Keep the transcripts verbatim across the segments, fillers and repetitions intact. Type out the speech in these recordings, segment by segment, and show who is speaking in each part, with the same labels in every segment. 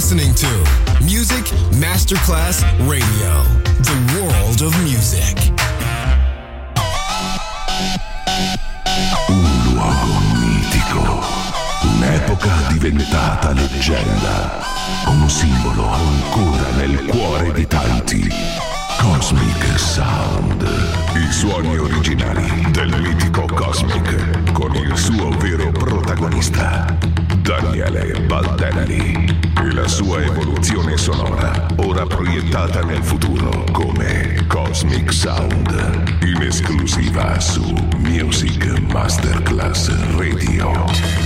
Speaker 1: listening to Music Masterclass Radio, the world of music.
Speaker 2: Un luogo mitico, un'epoca diventata leggenda, un simbolo ancora nel cuore di tanti. Cosmic Sound. I suoni originali del mitico Cosmic, con il suo vero protagonista, Daniele Baldelli, e la sua evoluzione sonora, ora proiettata nel futuro come Cosmic Sound, in esclusiva su Music Masterclass Radio.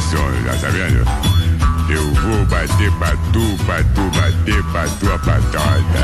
Speaker 3: sono, tá sabendo? Eu vou bater pra tu, pra tu bater pra tua patota.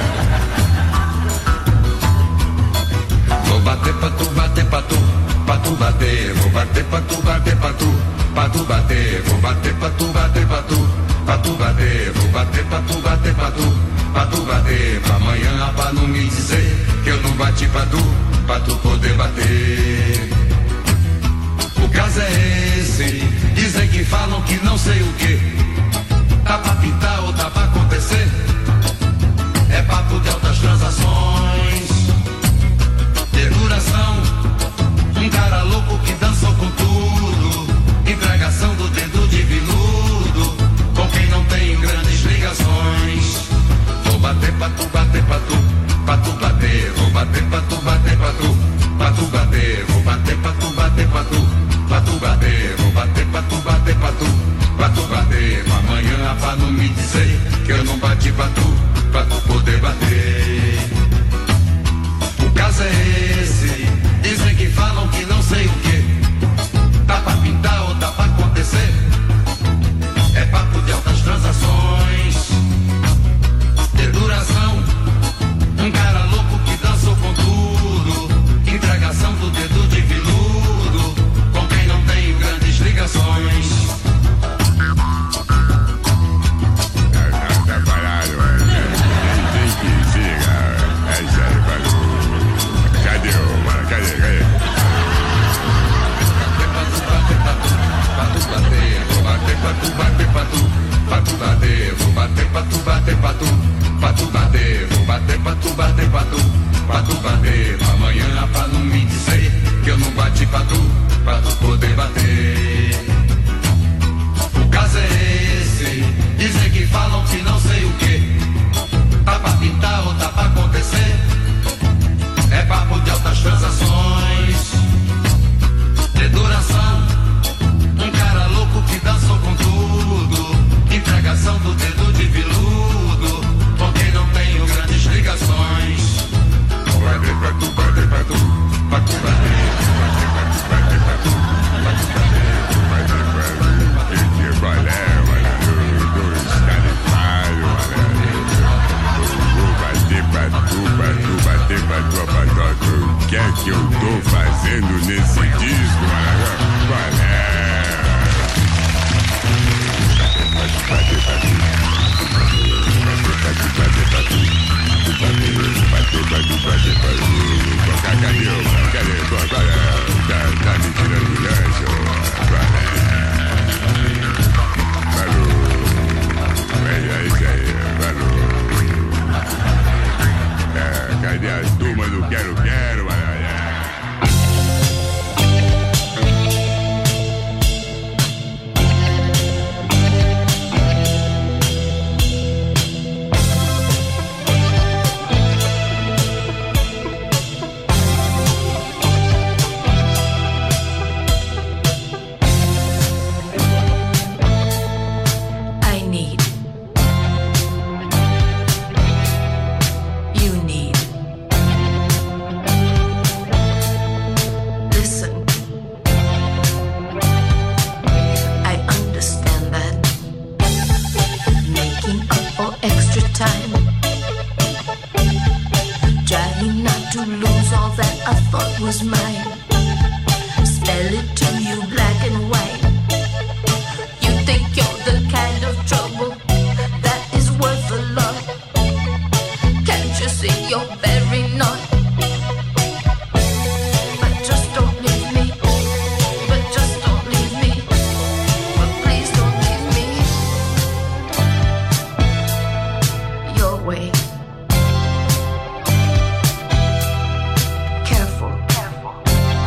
Speaker 4: Vou bater pra tu, bater pra tu, pra tu bater. Vou bater pra tu, bater pra tu, pra tu bater. Vou bater pra tu, bater pra tu, pra tu bater. Vou bater pra tu, bater pra tu, pra tu bater. Pra amanhã, pra não me dizer que eu não bati pra tu, pra tu poder bater. O caso é esse, dizem que falam que não sei o que. Tá pra pintar ou tá pra acontecer? É papo de altas transações, duração, um cara louco que dançou com tudo, entregação do dedo de viludo, com quem não tem grandes ligações. Vou bater pra tu, bater pra tu, pra tu bater. Vou bater pra tu, bater pra tu, pra tu bater. Vou bater pra tu, bater pra tu, pra tu bater. Vou bater pra tu, bater pra tu, pra tu bater. Amanhã pra não me dizer que eu não bati pra tu, pra tu poder bater. O caso é esse, dizem que falam que não sei o que. Tá pra pintar ou tá pra acontecer? É papo de altas transações, de duração, um cara louco que dançou com tudo, entregação do dedo de viludo, com quem não tem grandes ligações.
Speaker 3: Tá parado, mano. Tem que se ligar. É sério, mano. Cadê o, mano? Cadê, cadê?
Speaker 4: Pra tu bater, vou bater pra tu, bater pra tu, pra tu bater, vou bater pra tu, bater pra tu, pra tu bater, vou bater pra tu, bater pra tu, pra tu bater. Amanhã pra não me dizer que eu não bati pra tu, pra tu poder bater. O caso é esse, dizem que falam que não sei o que. Tá pra pintar ou tá pra acontecer? É papo de altas transações, de duração, um cara louco que dançou com tudo, entregação do dedo de viludo, com quem não tenho grandes ligações.
Speaker 3: Vou bater pra tu, bater pra tu, pra tu bater. Bater pra tu, bater pra tu, pra tu bater. Bater pra tu, que que balé, mano. Dois carifados, mano. Vou bater pra tu, pra tu bater pra tua patota. O que é que eu tô fazendo nesse disco, mano? Balé. Bater pra tu, bater pra tu, bater pra tu, bater pra tu, bater pra tu. Cadê o, mano? Cadê? Tá, tá me tirando do lanche, ô. Valeu. É isso aí, valeu. É, cadê a turma do Quero Quero, mano?
Speaker 5: Was mine. Spell it to you black and white. You think you're the kind of trouble that is worth a lot. Can't you see you're very not? But just don't leave me. But just don't leave me. But please don't leave me. Your way. Careful.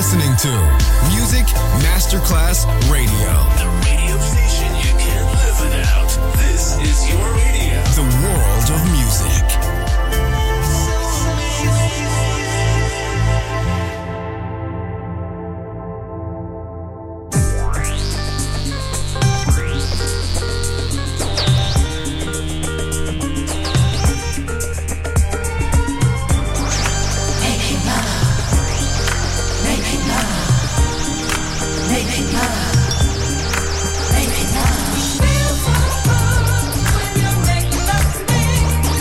Speaker 1: listening to Music Masterclass Radio.
Speaker 6: The radio station you can't live without. This is your radio.
Speaker 1: The world of music.
Speaker 5: Feel so good when you make love to me.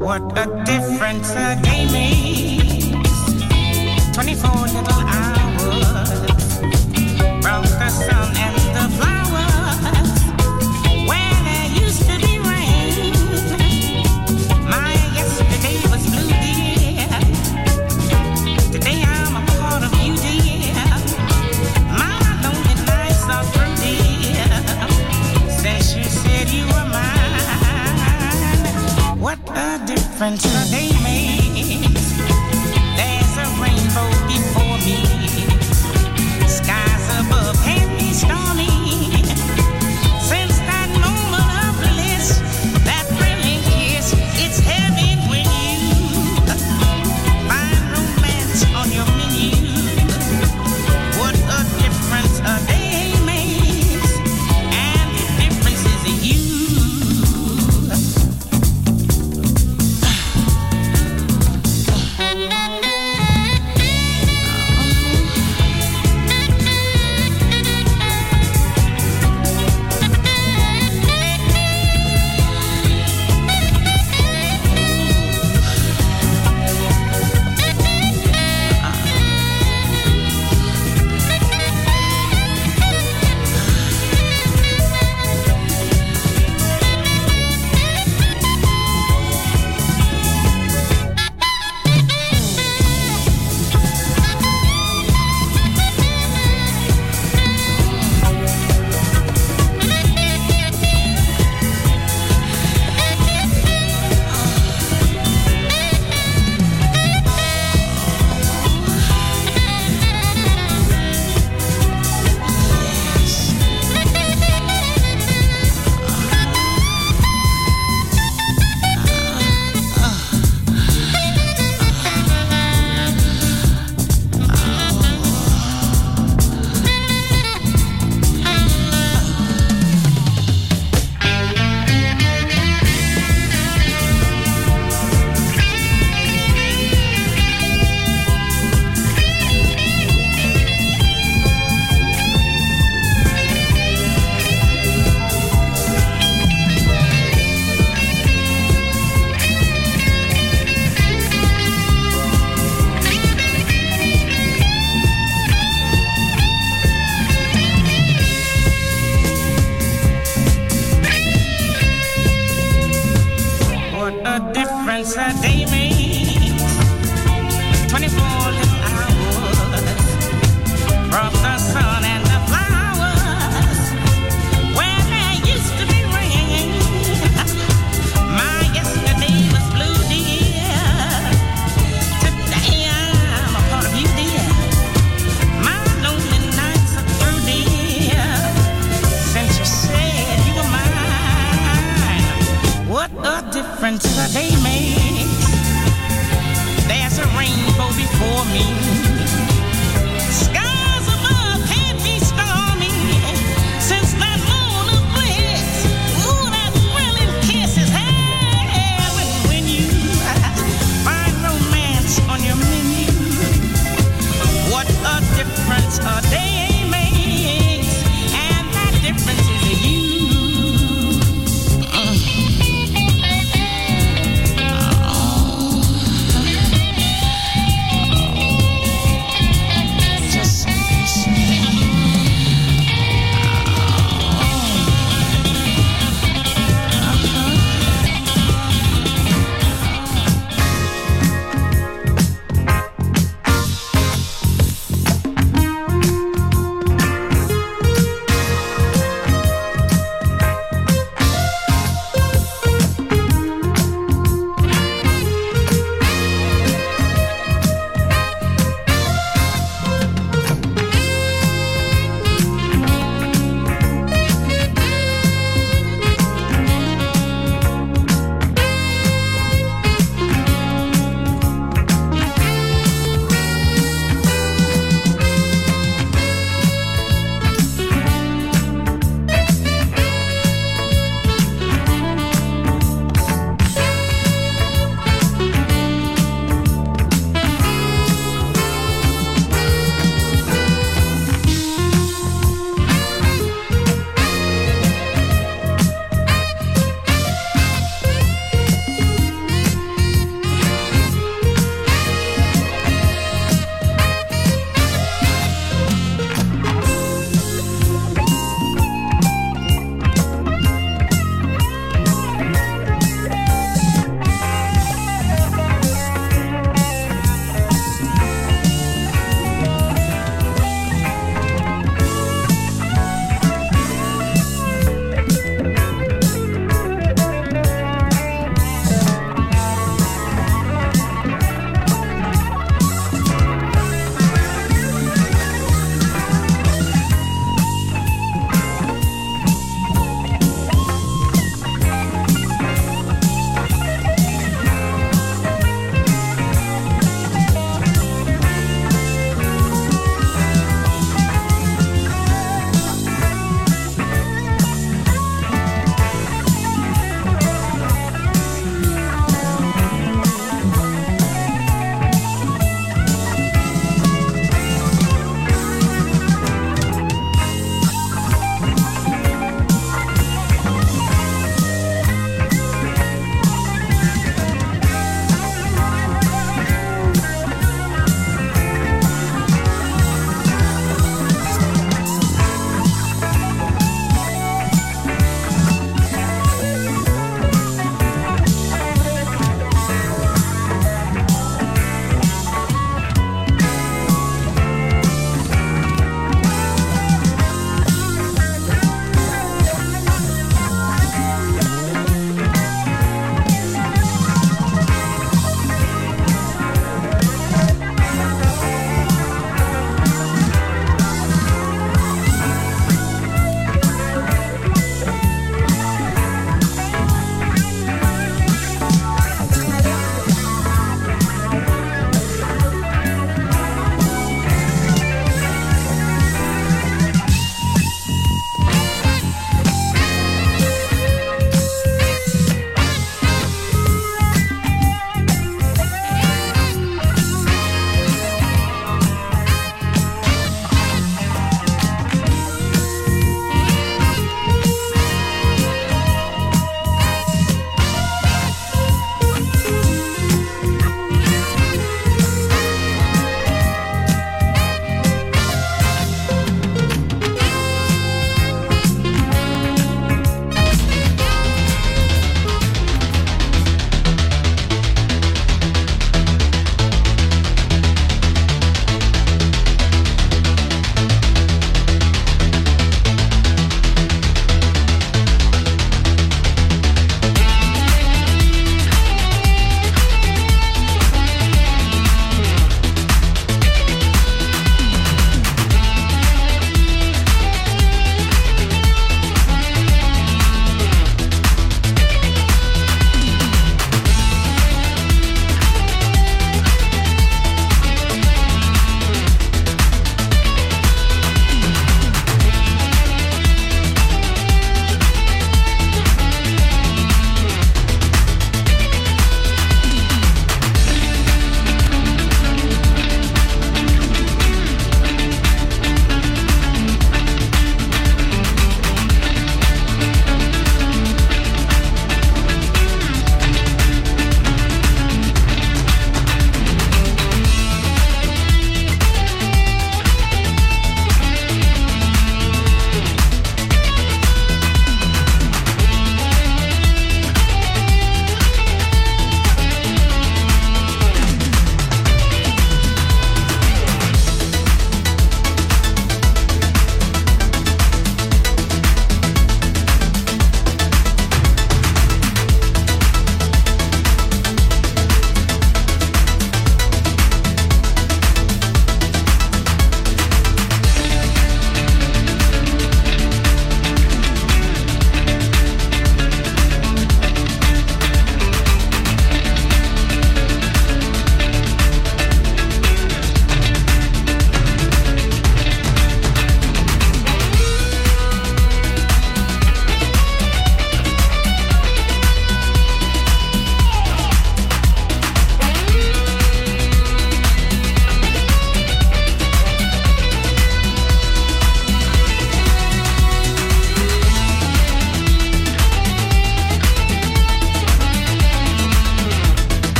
Speaker 7: What a difference a day makes. Twenty-four little hours brought the sun and the flowers where there used to be rain. My yesterday was blue, dear. Today I'm a part of you, dear. My lonely nights are through, dear. Since you said you were mine, what a difference a day makes. There's a rainbow before me. Skies above can be stormy. Since that moment of bliss, that thrilling kiss, it's heaven when you find romance on your menu. What a difference a day makes, and the difference is you. What a difference a day makes. Twenty-four little hours brought the sun and the flowers where there used to be rain. My yesterday was blue, dear. Today I'm a part of you, dear. My lonely nights are through, dear. Since you said you were mine, what a difference a day makes. There's a rainbow before me. Skies above can't be stormy. Since that moment of bliss, ooh, that thrilling kiss is heaven when you find romance on your menu. What a difference a day makes, and that difference is you. Just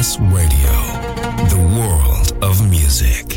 Speaker 1: Masterclass Radio, the world of music.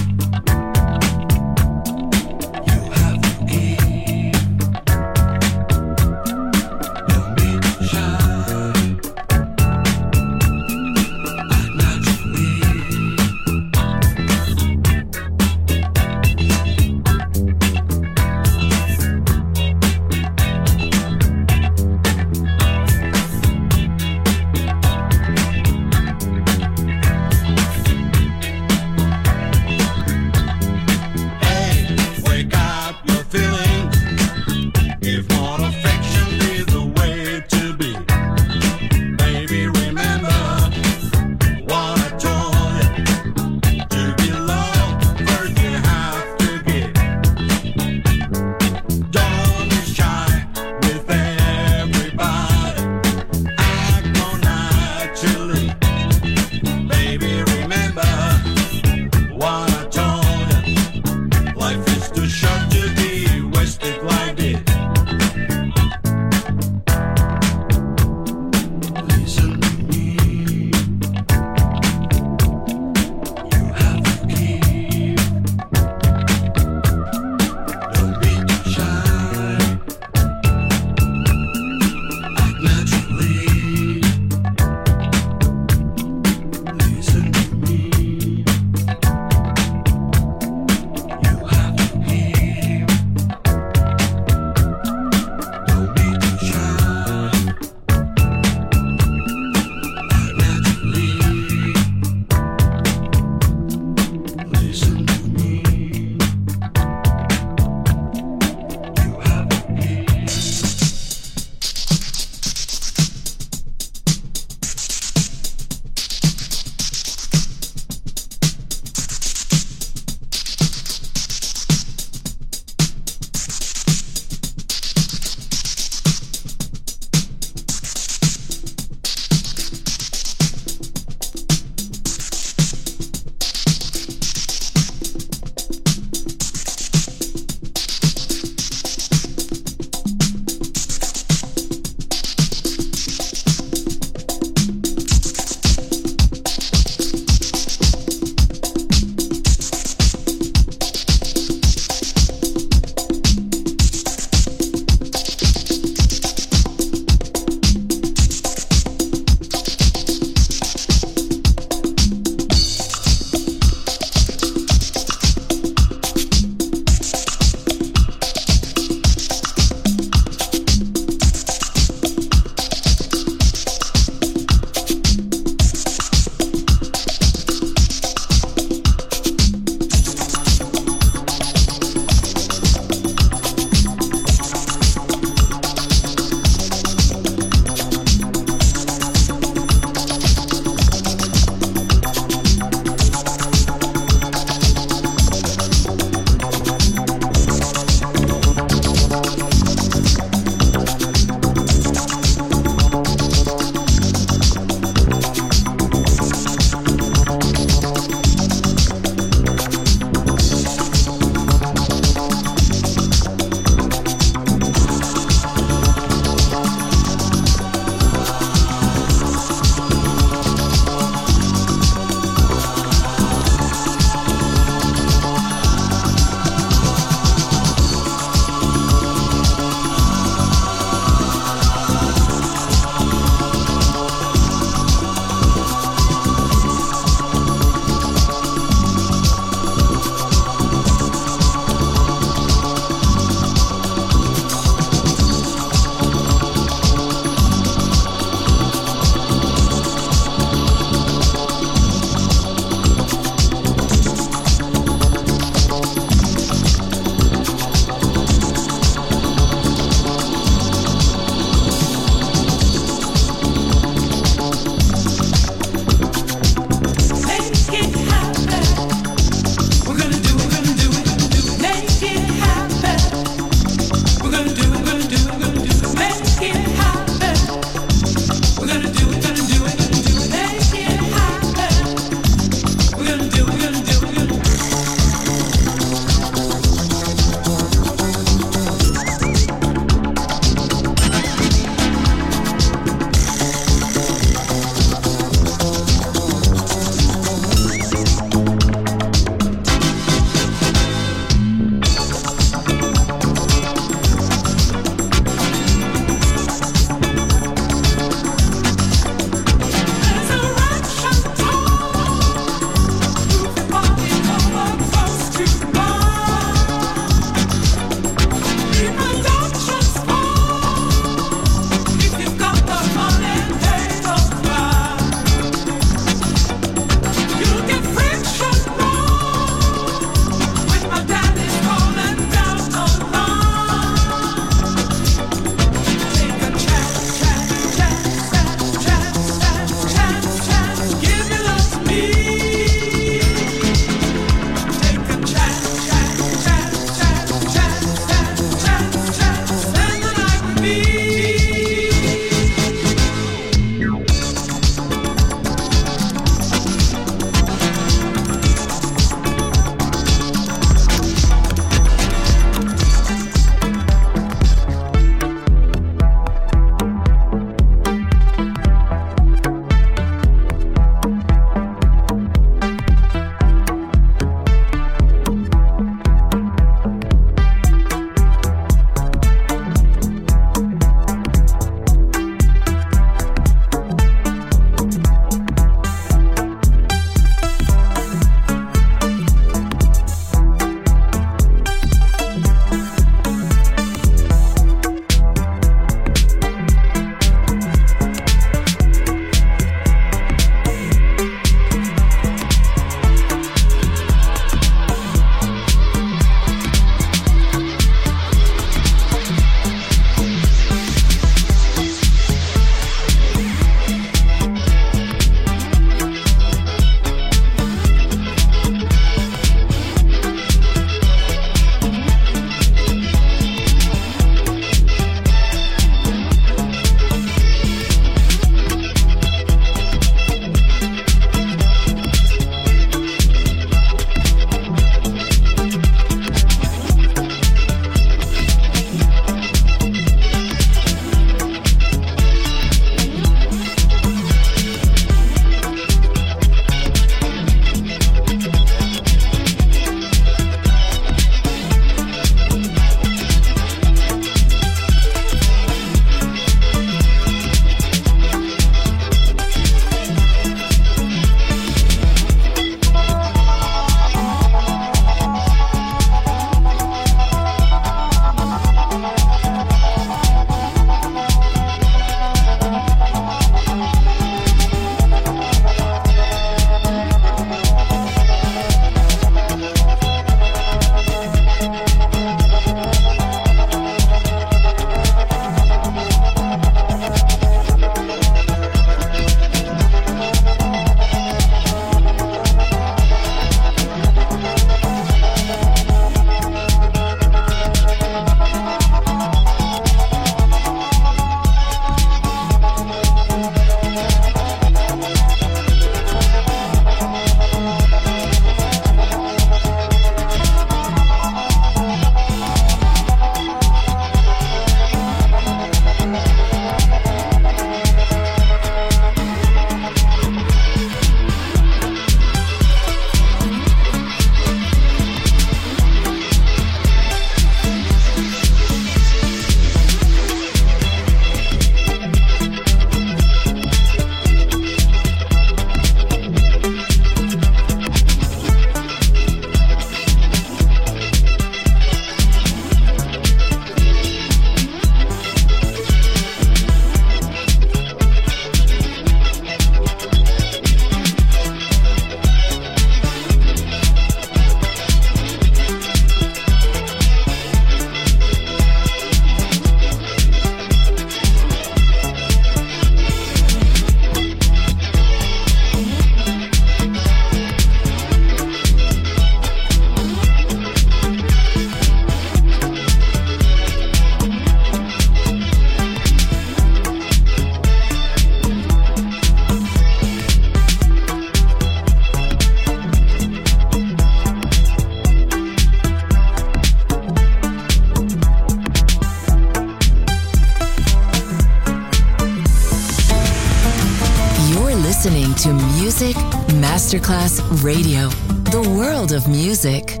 Speaker 8: to Music Masterclass Radio, the world of music.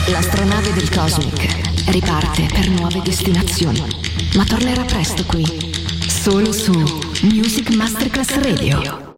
Speaker 9: L'astronave del Cosmic riparte per nuove destinazioni, ma tornerà presto qui, solo su Music Masterclass Radio.